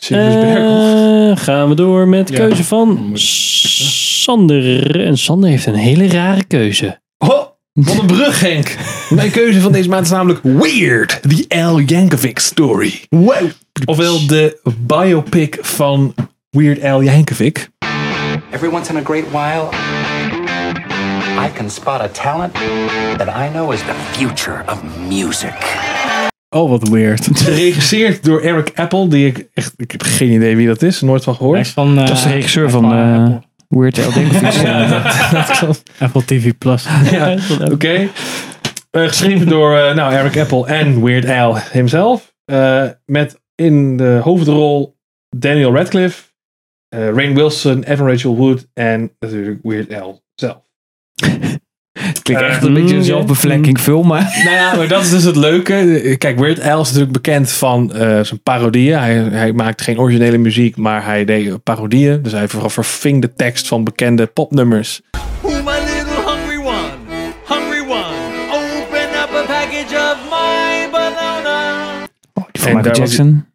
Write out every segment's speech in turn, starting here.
Sirius Berkel. Gaan we door met de keuze van Sander. En Sander heeft een hele rare keuze. Oh, wat een brug, Henk. Mijn keuze van deze maand is namelijk Weird, The Al Yankovic Story. Wow. Ofwel de biopic van Weird Al Yankovic. Every once in a great while, I can spot a talent that I know is the future of music. Oh, wat weird. Geregisseerd door Eric Apple, die ik heb geen idee wie dat is, nooit van gehoord. Dat is de regisseur van Weird Al Yankovic. Apple TV Plus. Ja, oké. Geschreven door Eric Apple en Weird Al himself. Met in de hoofdrol Daniel Radcliffe, Rainn Wilson, Evan Rachel Wood en natuurlijk Weird Al zelf. Het klinkt echt een beetje een zelfbevlekking film, maar... Nou ja, maar dat is dus het leuke. Kijk, Weird Al is natuurlijk bekend van zijn parodieën. Hij maakt geen originele muziek, maar hij deed parodieën. Dus hij verving de tekst van bekende popnummers. Who my little hungry one, open up a package of my banana. Van Michael Jackson.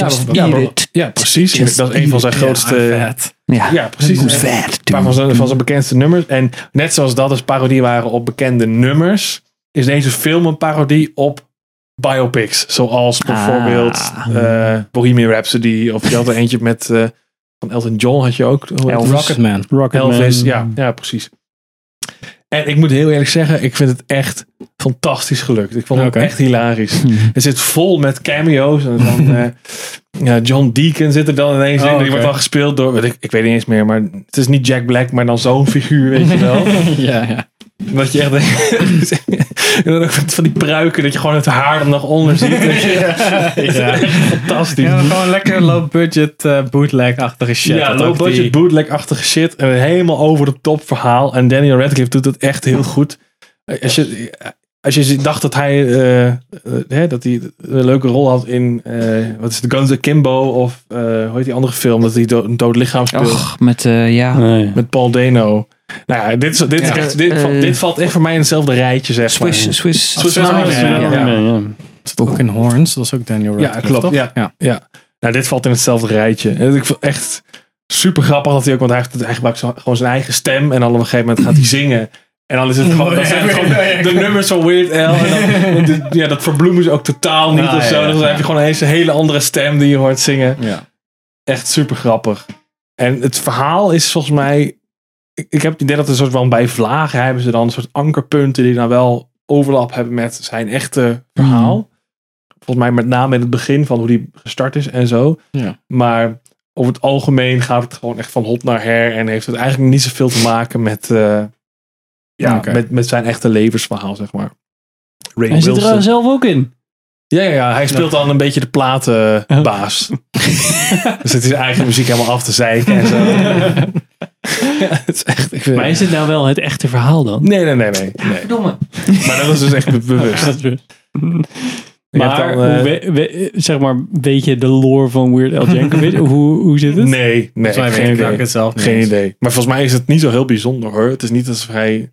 Ja, precies. Dat is een van zijn grootste... Ja, precies. Een van zijn bekendste nummers. En net zoals dat dus parodie waren op bekende nummers, is deze film een parodie op biopics. Zoals bijvoorbeeld Bohemian Rhapsody. Of je had er eentje met van Elton John had je ook. Rocketman. Elvis, ja, precies. En ik moet heel eerlijk zeggen, ik vind het echt fantastisch gelukt. Ik vond het echt hilarisch. Het zit vol met cameo's. En dan, John Deacon zit er dan ineens in. Die wordt dan gespeeld door, ik weet niet eens meer, maar het is niet Jack Black, maar dan zo'n figuur, weet je wel. Ja. Dat je echt en dan ook van die pruiken, dat je gewoon het haar er nog onder ziet. Fantastisch. Ja, gewoon lekker low budget bootleg-achtige shit. Ja, low budget bootleg-achtige shit. En een helemaal over de top verhaal. En Daniel Radcliffe doet het echt heel goed. Als je dacht dat hij een leuke rol had in wat is het, Guns Akimbo of hoe heet die andere film dat hij een dood lichaam speelt. Och, met met Paul Dano. Nou ja, dit valt echt voor mij in hetzelfde rijtje, zeg maar. Swiss Army. Zit ook in Horns, dat is ook Daniel Radcliffe. Ja, klopt. Ja. Nou, dit valt in hetzelfde rijtje. En ik vind echt super grappig dat hij ook, want hij gebruikt gewoon zijn eigen stem en dan op een gegeven moment gaat hij zingen. En dan is het gewoon, de nummers van Weird Al. En dan, dat verbloemen ze ook totaal niet of zo. Dan heb je gewoon een hele andere stem die je hoort zingen. Ja. Echt super grappig. En het verhaal is volgens mij... Ik heb het idee dat er een soort van bij vlagen hebben ze dan een soort ankerpunten die dan wel overlap hebben met zijn echte verhaal. Volgens mij met name in het begin van hoe die gestart is en zo. Ja. Maar over het algemeen gaat het gewoon echt van hot naar her. En heeft het eigenlijk niet zoveel te maken met... met zijn echte levensverhaal, zeg maar. Hij zit er zelf ook in. Ja, hij speelt dan een beetje de platenbaas. Dus het is zijn eigen muziek helemaal af te zeiken en zo. Het is echt, maar is het nou wel het echte verhaal dan? Nee. Verdomme. Maar dat is dus echt bewust. Maar zeg maar, weet je de lore van Weird Al Yankovic? hoe zit het? Nee, geen idee. Maar volgens mij is het niet zo heel bijzonder hoor. Het is niet alsof hij...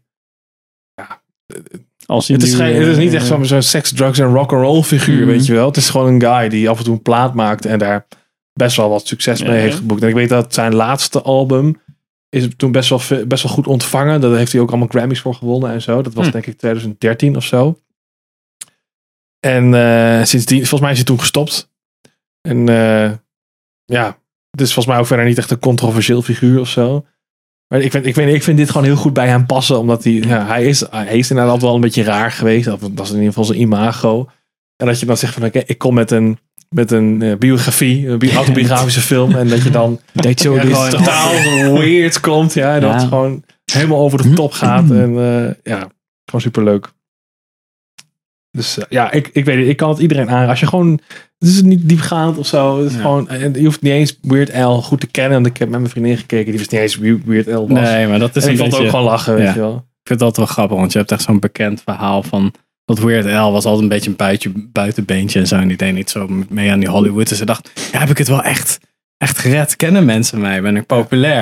Het is niet echt zo'n sex, drugs en rock'n'roll figuur, weet je wel. Het is gewoon een guy die af en toe een plaat maakt en daar best wel wat succes mee heeft geboekt. En ik weet dat zijn laatste album is toen best wel goed ontvangen. Daar heeft hij ook allemaal Grammys voor gewonnen en zo. Dat was denk ik 2013 of zo. En sindsdien, volgens mij is hij toen gestopt. En het is volgens mij ook verder niet echt een controversieel figuur of zo. Maar ik vind dit gewoon heel goed bij hem passen. Omdat hij is inderdaad altijd wel een beetje raar geweest. Dat is in ieder geval zijn imago. En dat je dan zegt van oké, ik kom met een biografie, een autobiografische film. En dat je dan totaal weird komt. Ja, en dat het gewoon helemaal over de top gaat. En gewoon superleuk. Dus ik weet het. Ik kan het iedereen aanraden. Als je gewoon... Het is niet diepgaand of zo. Het is gewoon, je hoeft niet eens Weird Al goed te kennen. Want ik heb met mijn vriendin gekeken. Die wist niet eens wie Weird Al was. Nee, maar dat is en ik vond ook gewoon lachen. Weet je wel. Ik vind dat wel grappig. Want je hebt echt zo'n bekend verhaal van... Dat Weird Al was altijd een beetje een buitenbeentje en zo. En die deed niet zo mee aan die Hollywood. Dus ze dacht, heb ik het wel echt gered? Kennen mensen mij? Ben ik populair?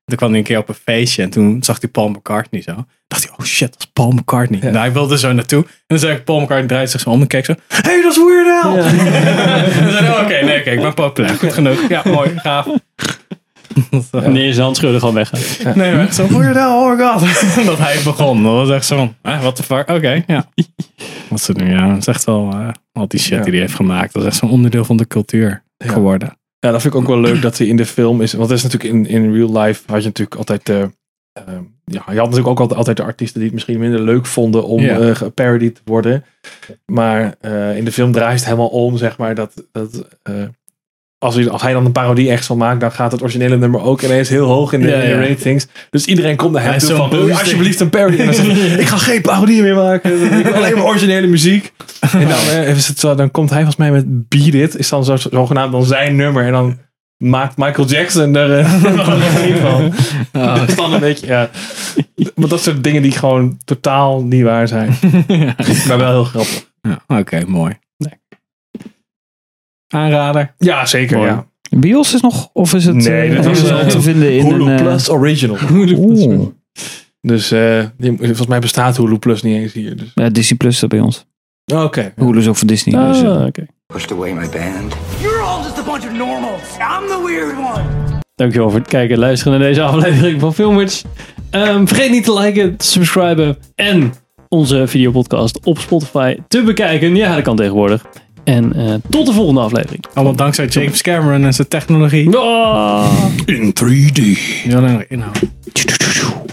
Toen kwam hij een keer op een feestje en toen zag hij Paul McCartney zo. Dacht hij, oh shit, dat is Paul McCartney. En hij wilde zo naartoe. En dan zei ik, Paul McCartney draait zich zo om en keek zo. Hey, dat is Weird Al! En zei hij, oké, ik ben populair. Goed genoeg. Ja, mooi, gaaf. Nee, zijn handschudden gewoon weggaan. Nee, maar echt zo, Weird Al, oh my god. Dat hij begon. Dat was echt zo, what the fuck, oké, ja. Wat ze doen, ja. Dat is echt wel al die shit die hij heeft gemaakt. Dat is echt zo'n onderdeel van de cultuur geworden. Ja, dat vind ik ook wel leuk dat hij in de film is. Want dat is natuurlijk in real life had je natuurlijk altijd je had natuurlijk ook altijd de artiesten die het misschien minder leuk vonden om geparodied te worden. Maar in de film draait het helemaal om, zeg maar, dat als hij dan een parodie echt van maakt, dan gaat het originele nummer ook ineens heel hoog in de ratings. Dus iedereen komt naar hem toe van, wil je alsjeblieft een parody? En dan zegt hij, ik ga geen parodie meer maken. Ik wil alleen maar originele muziek. En dan komt hij volgens mij met Beat It. Is dan zogenaamd dan zijn nummer. En dan maakt Michael Jackson er niet van. Dat is dan een beetje, ja. Maar dat soort dingen die gewoon totaal niet waar zijn. Maar wel heel grappig. Ja, oké, mooi. Aanrader. Ja, zeker. Mooi. Ja. Bios is nog, of is het dat is te vinden in Hulu een... Plus Original. Dus volgens mij bestaat Hulu Plus niet eens hier. Dus. Ja, Disney Plus dat bij ons. Oké. Hulu is ook van Disney. Dus, Oké. Pushed away my band. You're all just a bunch of normals. I'm the weird one. Dankjewel voor het kijken en luisteren naar deze aflevering van Filmers. Vergeet niet te liken, te subscriben en onze videopodcast op Spotify te bekijken. Ja, dat kan tegenwoordig. En tot de volgende aflevering. Allemaal dankzij James Cameron en zijn technologie. Oh. In 3D. Ja, inhoud.